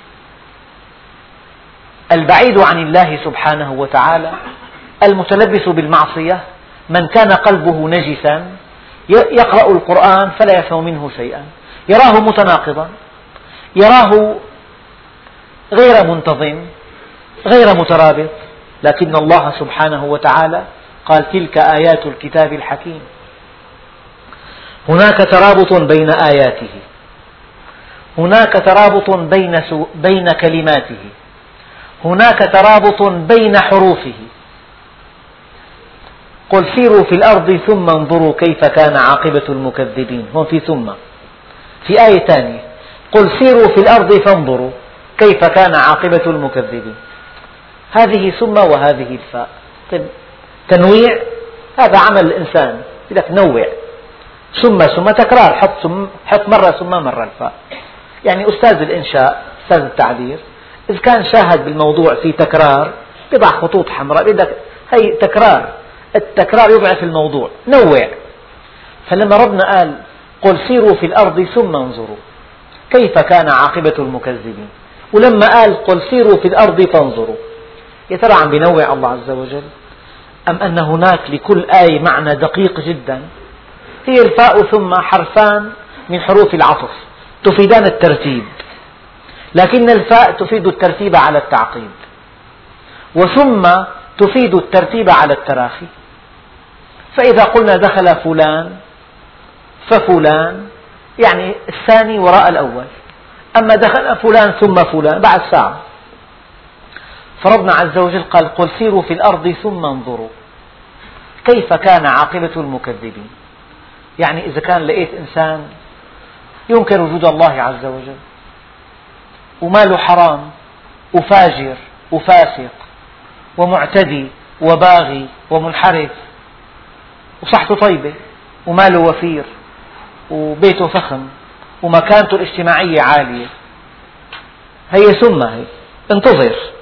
البعيد عن الله سبحانه وتعالى المتلبس بالمعصية من كان قلبه نجسا يقرأ القرآن فلا يفهم منه شيئا، يراه متناقضا، يراه غير منتظم غير مترابط. لكن الله سبحانه وتعالى قال تلك آيات الكتاب الحكيم. هناك ترابط بين آياته، هناك ترابط بين, بين كلماته، هناك ترابط بين حروفه. قل سيروا في الأرض ثم انظروا كيف كان عاقبة المكذبين. هون في ثم. في آية ثانية قل سيروا في الأرض فانظروا كيف كان عاقبة المكذبين. هذه ثم وهذه الفاء. طيب تنويع هذا عمل الإنسان، يقول لك نوع ثم ثم تكرار، حط ثم حط مرة ثم مرة الفاء. يعني أستاذ الإنشاء أستاذ التعبير إذا كان شاهد بالموضوع في تكرار يضع خطوط حمراء، يقول لك هي تكرار، التكرار يضعف الموضوع، نوع. فلما ربنا قال قل سيروا في الأرض ثم انظروا كيف كان عاقبة المكذبين، ولما قال قل سيروا في الأرض فانظروا، يا ترى عم بينوع الله عز وجل أم أن هناك لكل آية معنى دقيق جدا؟ هي الفاء ثم حرفان من حروف العطف تفيدان الترتيب، لكن الفاء تفيد الترتيب على التعقيب، وثم تفيد الترتيب على التراخي. فإذا قلنا دخل فلان ففلان يعني الثاني وراء الأول، أما دخل فلان ثم فلان بعد ساعة. فربنا عز وجل قال قل سيروا في الأرض ثم انظروا كيف كان عاقبة المكذبين. يعني إذا كان لقيت إنسان ينكر وجود الله عز وجل وماله حرام وفاجر وفاسق ومعتدي وباغي ومنحرف وصحته طيبة وماله وفير وبيته فخم ومكانته الاجتماعية عالية، هي ثم هي انتظر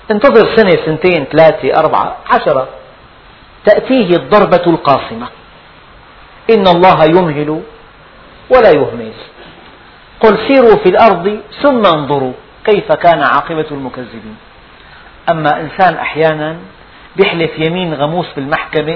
انتظر سنة سنتين ثلاثة أربعة عشرة تأتيه الضربة القاصمة. إن الله يمهل ولا يهمل. قل سيروا في الأرض ثم انظروا كيف كان عاقبة المكذبين. أما إنسان أحيانا يحلف يمين غموس بالمحكمة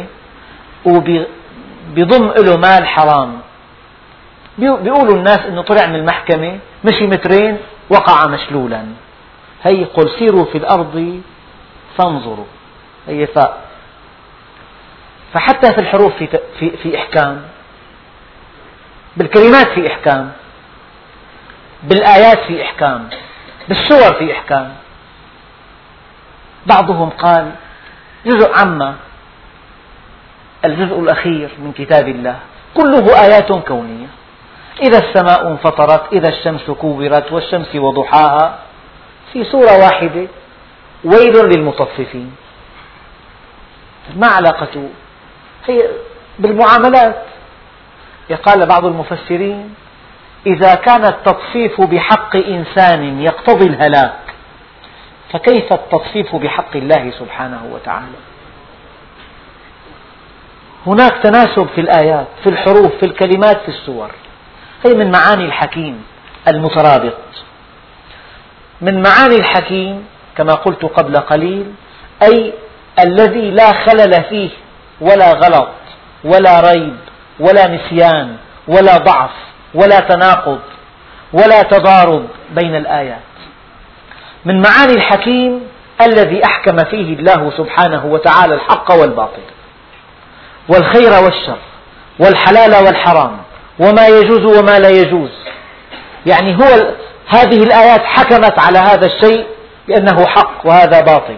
وبيضم له مال حرام، بيقولوا الناس أنه طلع من المحكمة مشي مترين وقع مشلولا. هي قل سيروا في الأرض فانظروا، هي فاء. فحتى في الحروف في, في, في إحكام، بالكلمات في إحكام، بالآيات في إحكام، بالسور في إحكام. بعضهم قال جزء عما الجزء الأخير من كتاب الله كله آيات كونية، إذا السماء انفطرت، إذا الشمس كورت، والشمس وضحاها، في سورة واحدة ويل للمطففين. ما علاقته؟ هي بالمعاملات. قال بعض المفسرين إذا كان التطفيف بحق إنسان يقتضي الهلاك فكيف التطفيف بحق الله سبحانه وتعالى؟ هناك تناسب في الآيات، في الحروف، في الكلمات، في السور. هي من معاني الحكيم المترابط. من معاني الحكيم كما قلت قبل قليل أي الذي لا خلل فيه ولا غلط ولا ريب ولا نسيان ولا ضعف ولا تناقض ولا تضارب بين الآيات. من معاني الحكيم الذي أحكم فيه الله سبحانه وتعالى الحق والباطل والخير والشر والحلال والحرام وما يجوز وما لا يجوز. يعني هو هذه الآيات حكمت على هذا الشيء بأنه حق وهذا باطل.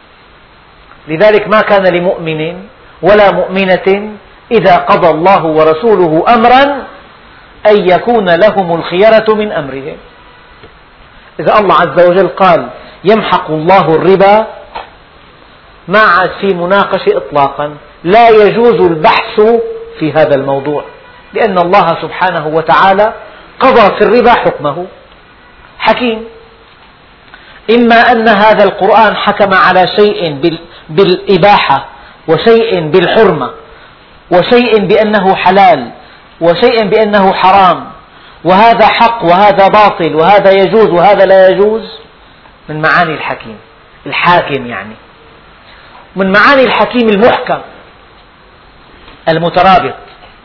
لذلك ما كان لمؤمن ولا مؤمنة إذا قضى الله ورسوله أمرا أن يكون لهم الخيرة من أمرهم. إذا الله عز وجل قال يمحق الله الربا ما عاد في مناقشة إطلاقا، لا يجوز البحث في هذا الموضوع، لأن الله سبحانه وتعالى قضى في الربا حكمه. حكيم. إما أن هذا القرآن حكم على شيء بالإباحة وشيء بالحرمة وشيء بأنه حلال وشيء بأنه حرام، وهذا حق وهذا باطل وهذا يجوز وهذا لا يجوز. من معاني الحكيم الحاكم. يعني من معاني الحكيم المحكم المترابط.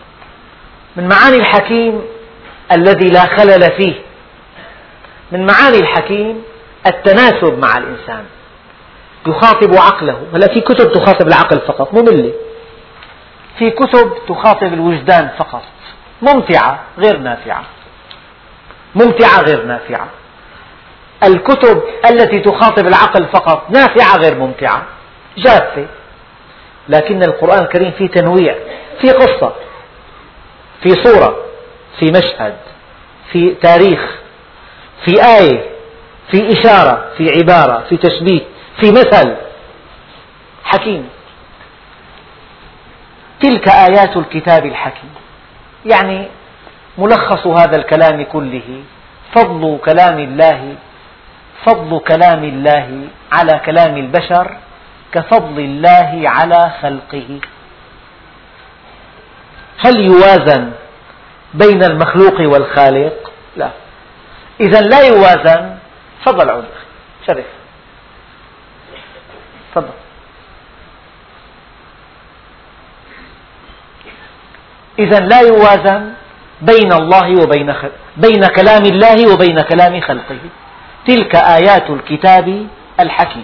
من معاني الحكيم الذي لا خلل فيه. من معاني الحكيم التناسب مع الإنسان، يخاطب عقله. هلا في كتب تخاطب العقل فقط مملة، في كتب تخاطب الوجدان فقط ممتعة غير نافعة، ممتعة غير نافعة. الكتب التي تخاطب العقل فقط نافعة غير ممتعة، جافة. لكن القرآن الكريم فيه تنويع، في قصة، في صورة، في مشهد، في تاريخ، في آية، في إشارة، في عبارة، في تشبيه، في مثل. حكيم. تلك آيات الكتاب الحكيم. يعني ملخص هذا الكلام كله فضل كلام الله فضل كلام الله على كلام البشر كفضل الله على خلقه. هل يوازن بين المخلوق والخالق؟ لا. إذا لا يوازن. تفضل عود شرف. تفضل. إذا لا يوازن بين الله وبين خلق. بين كلام الله وبين كلام خلقه. تلك آيات الكتاب الحكيم.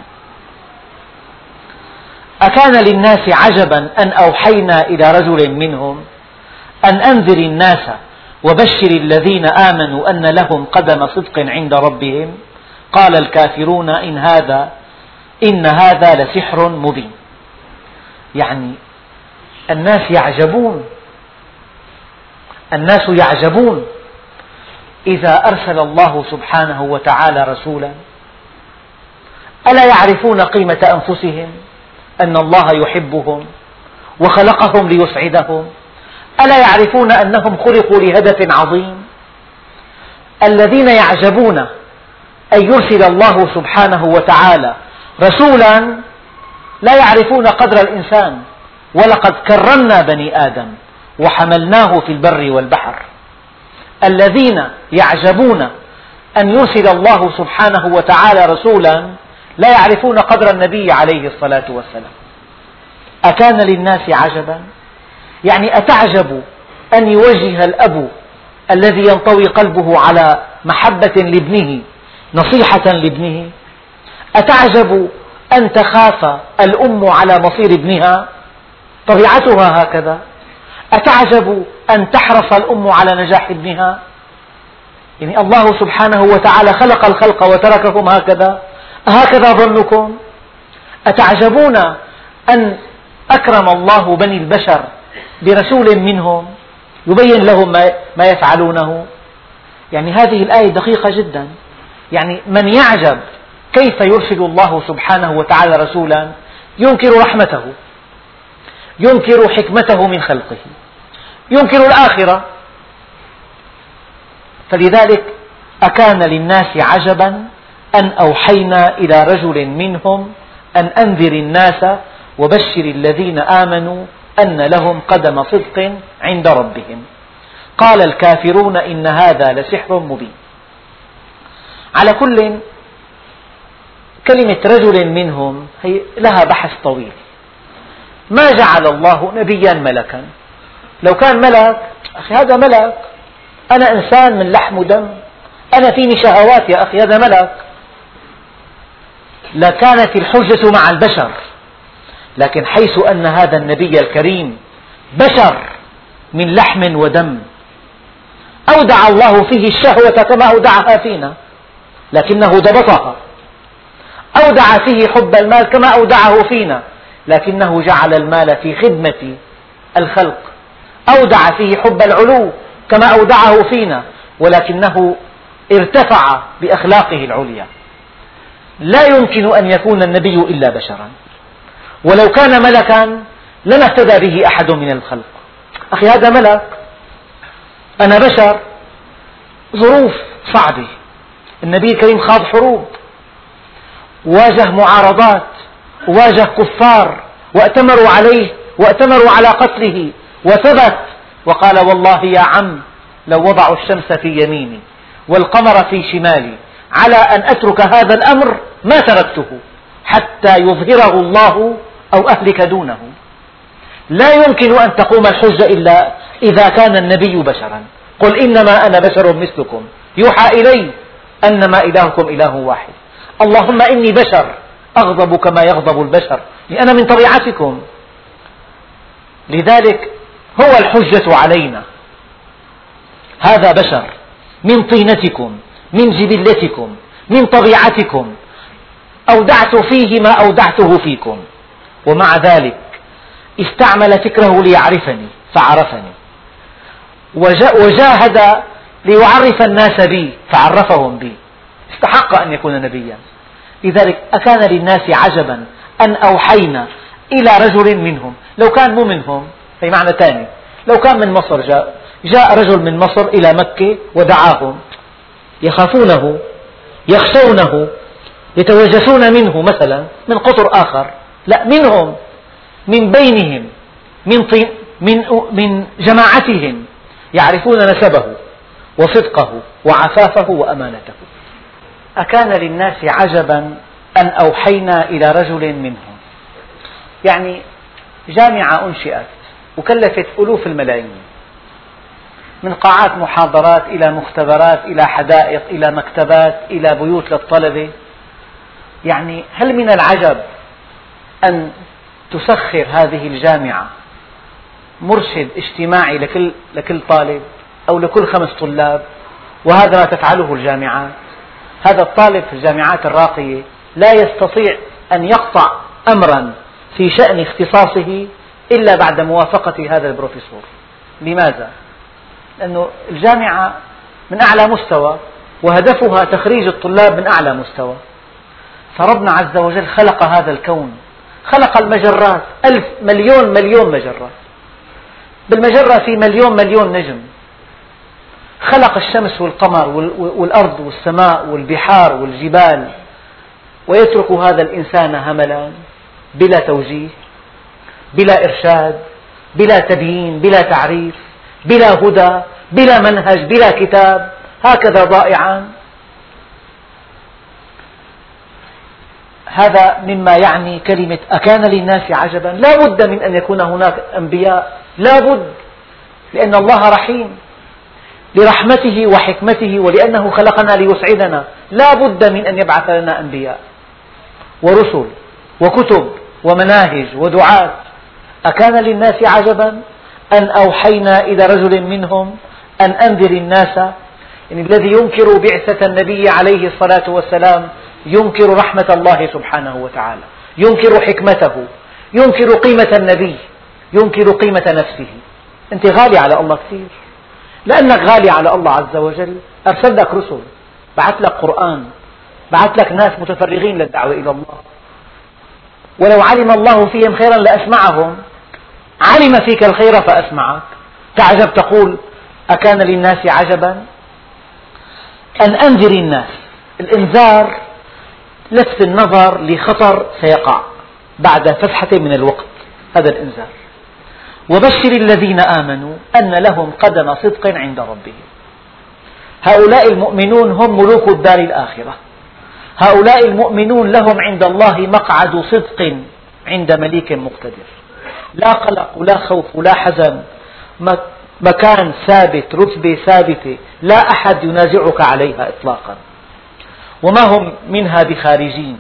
أكان للناس عجبا أن أوحينا إلى رجل منهم أن أنذر الناس وبشر الذين آمنوا أن لهم قدم صدق عند ربهم قال الكافرون إن هذا إن هذا لسحر مبين. يعني الناس يعجبون الناس يعجبون إذا أرسل الله سبحانه وتعالى رسولا. ألا يعرفون قيمة أنفسهم أن الله يحبهم وخلقهم ليسعدهم؟ ألا يعرفون أنهم خلقوا لهدف عظيم؟ الذين يعجبون أن يرسل الله سبحانه وتعالى رسولا لا يعرفون قدر الإنسان. ولقد كرمنا بني آدم وحملناه في البر والبحر. الذين يعجبون أن يرسل الله سبحانه وتعالى رسولا لا يعرفون قدر النبي عليه الصلاة والسلام. أكان للناس عجبا، يعني أتعجب أن يوجه الأب الذي ينطوي قلبه على محبة لابنه نصيحة لابنه؟ أتعجب أن تخاف الأم على مصير ابنها؟ طبيعتها هكذا. أتعجب أن تحرص الأم على نجاح ابنها؟ يعني الله سبحانه وتعالى خلق الخلق وتركهم هكذا. أهكذا ظنكم؟ أتعجبون أن أكرم الله بني البشر برسول منهم يبين لهم ما يفعلونه؟ يعني هذه الآية دقيقة جدا. يعني من يعجب كيف يرسل الله سبحانه وتعالى رسولا ينكر رحمته، ينكر حكمته من خلقه، ينكر الآخرة. فلذلك أكان للناس عجبا أن أوحينا إلى رجل منهم أن أنذر الناس وبشر الذين آمنوا أن لهم قدم صدق عند ربهم. قال الكافرون إن هذا لسحر مبين. على كل، كلمة رجل منهم هي لها بحث طويل. ما جعل الله نبيا ملكا. لو كان ملك، أخي هذا ملك، أنا إنسان من لحم ودم، أنا فيني شهوات يا أخي، هذا ملك، لكانت الحجة مع البشر. لكن حيث أن هذا النبي الكريم بشر من لحم ودم، أودع الله فيه الشهوة كما أودعها فينا، لكنه ضبطها. أودع فيه حب المال كما أودعه فينا، لكنه جعل المال في خدمة الخلق. أودع فيه حب العلو كما أودعه فينا، ولكنه ارتفع بأخلاقه العليا. لا يمكن أن يكون النبي إلا بشرا، ولو كان ملكا لما اهتدى به أحد من الخلق. أخي هذا ملك، أنا بشر، ظروف صعبة. النبي الكريم خاض حروب، واجه معارضات، واجه كفار وأتمروا عليه وأتمروا على قتله، وثبت وقال والله يا عم لو وضعوا الشمس في يميني والقمر في شمالي على أن أترك هذا الأمر ما تركته حتى يظهره الله أو أهلك دونه. لا يمكن أن تقوم الحجة إلا إذا كان النبي بشرا. قل إنما أنا بشر مثلكم يوحى إلي أنما إلهكم إله واحد. اللهم إني بشر أغضب كما يغضب البشر، لأن أنا من طبيعتكم. لذلك هو الحجة علينا. هذا بشر من طينتكم، من جبلتكم، من طبيعتكم، أودعت فيه ما أودعته فيكم، ومع ذلك استعمل فكره ليعرفني فعرفني، وجاهد ليعرف الناس بي فعرفهم بي. استحق أن يكون نبيا. لذلك أكان للناس عجبا أن أوحينا إلى رجل منهم. لو كان مو منهم في معنى ثاني، لو كان من مصر جاء جاء رجل من مصر إلى مكة ودعاهم، يخافونه، يخشونه، يتوجسون منه مثلا من قطر آخر. لا، منهم، من بينهم، من, من, من جماعتهم، يعرفون نسبه وصدقه وعفافه وأمانته. أكان للناس عجبا أن أوحينا إلى رجل منهم. يعني جامعة أنشئت وكلفت ألوف الملايين، من قاعات محاضرات إلى مختبرات إلى حدائق إلى مكتبات إلى بيوت للطلبة. يعني هل من العجب أن تسخر هذه الجامعة مرشد اجتماعي لكل, لكل طالب أو لكل خمس طلاب؟ وهذا ما تفعله الجامعات. هذا الطالب في الجامعات الراقية لا يستطيع أن يقطع أمرا في شأن اختصاصه إلا بعد موافقة هذا البروفيسور. لماذا؟ لأن الجامعة من أعلى مستوى وهدفها تخريج الطلاب من أعلى مستوى. فربنا عز وجل خلق هذا الكون، خلق المجرات، ألف مليون مليون مجرة، بالمجرة في مليون مليون نجم. خلق الشمس والقمر والأرض والسماء والبحار والجبال ويترك هذا الإنسان هملا بلا توجيه، بلا إرشاد، بلا تبيين، بلا تعريف، بلا هدى، بلا منهج، بلا كتاب، هكذا ضائعا. هذا مما يعني كلمة أكان للناس عجبا. لا بد من أن يكون هناك أنبياء، لا بد، لأن الله رحيم لرحمته وحكمته، ولأنه خلقنا ليسعدنا، لا بد من أن يبعث لنا أنبياء ورسل وكتب ومناهج ودعاة. أكان للناس عجبا أن أوحينا إلى رجل منهم أن أنذر الناس. يعني الذي ينكر بعثة النبي عليه الصلاة والسلام ينكر رحمة الله سبحانه وتعالى، ينكر حكمته، ينكر قيمة النبي، ينكر قيمة نفسه. أنت غالي على الله كثير، لأنك غالي على الله عز وجل أرسل لك رسل، بعث لك قرآن، بعث لك ناس متفرغين للدعوة إلى الله. ولو علم الله فيهم خيرا لأسمعهم، علم فيك الخير فأسمعك. تعجب تقول أكان للناس عجبا أن أنذر الناس. الإنذار لفت النظر لخطر سيقع بعد فسحة من الوقت، هذا الإنذار. وبشر الذين آمنوا أن لهم قدم صدق عند ربهم. هؤلاء المؤمنون هم ملوك الدار الآخرة، هؤلاء المؤمنون لهم عند الله مقعد صدق عند مليك مقتدر. لا قلق ولا خوف ولا حزن، مكان ثابت، رتبة ثابتة، لا أحد ينازعك عليها إطلاقا، وما هم منها بخارجين.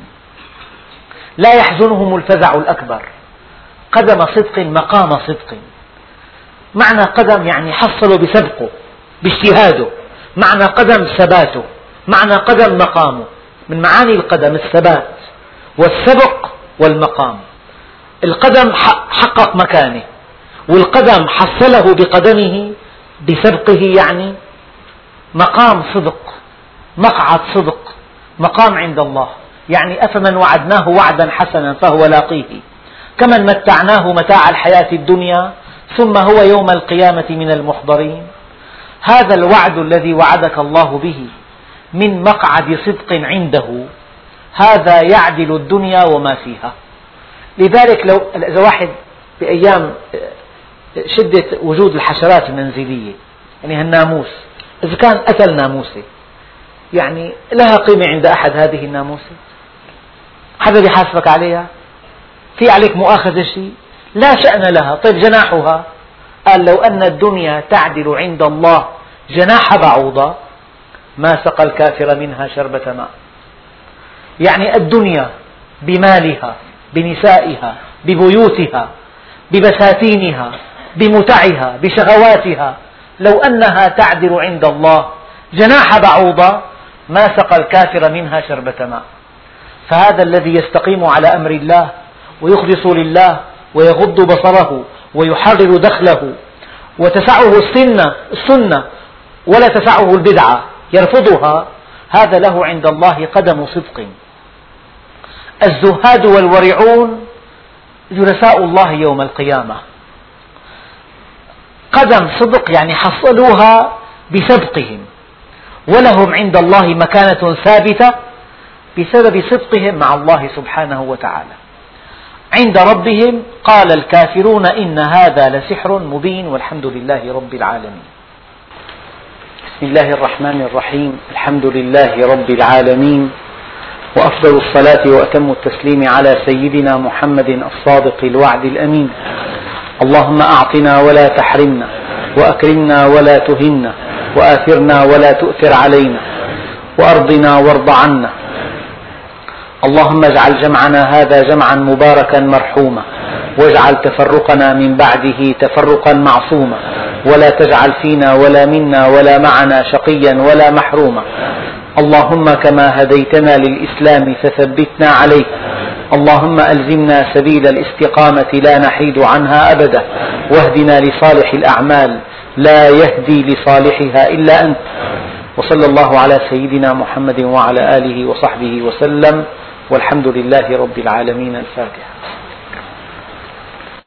لا يحزنهم الفزع الأكبر. قدم صدق مقام صدق. معنى قدم يعني حصلوا بسبقه باجتهاده، معنى قدم ثباته، معنى قدم مقامه. من معاني القدم الثبات والسبق والمقام. القدم حقق مكانه، والقدم حصله بقدمه بسبقه، يعني مقام صدق، مقعد صدق، مقام عند الله. يعني أفمن وعدناه وعدا حسنا فهو لاقيه كمن متعناه متاع الحياة الدنيا ثم هو يوم القيامة من المحضرين. هذا الوعد الذي وعدك الله به من مقعد صدق عنده، هذا يعدل الدنيا وما فيها. لذلك لو إذا واحد بأيام شدة وجود الحشرات المنزلية، يعني الناموس، إذا كان قتل ناموسة، يعني لها قيمة عند أحد هذه الناموسة؟ حدا بيحاسبك عليها؟ في عليك مؤاخذة شيء؟ لا شأن لها. طيب جناحها، قال لو أن الدنيا تعدل عند الله جناح بعوضة ما سقى الكافر منها شربة ماء. يعني الدنيا بمالها، بنسائها، ببيوتها، ببساتينها، بمتعها، بشهواتها، لو أنها تعدل عند الله جناح بعوضة ما سقى الكافر منها شربة ماء. فهذا الذي يستقيم على أمر الله ويخلص لله ويغض بصره ويحرر دخله وتسعه السنة السنة ولا تسعه البدعة يرفضها، هذا له عند الله قدم صدق. الزهاد والورعون جلساء الله يوم القيامة. قدم صدق يعني حصلوها بسبقهم، ولهم عند الله مكانة ثابتة بسبب صدقهم مع الله سبحانه وتعالى. عند ربهم قال الكافرون إن هذا لسحر مبين والحمد لله رب العالمين. بسم الله الرحمن الرحيم. الحمد لله رب العالمين، وأفضل الصلاة وأتم التسليم على سيدنا محمد الصادق الوعد الأمين. اللهم أعطنا ولا تحرمنا، وأكرمنا ولا تهنا، وآثرنا ولا تؤثر علينا، وأرضنا وارض عنا. اللهم اجعل جمعنا هذا جمعا مباركا مرحوما، واجعل تفرقنا من بعده تفرقا معصوما، ولا تجعل فينا ولا منا ولا معنا شقيا ولا محروما. اللهم كما هديتنا للإسلام فثبتنا عليه، اللهم ألزمنا سبيل الاستقامة لا نحيد عنها أبدا، واهدنا لصالح الأعمال لا يهدي لصالحها إلا أنت. وصلى الله على سيدنا محمد وعلى آله وصحبه وسلم، والحمد لله رب العالمين. الفاتحة.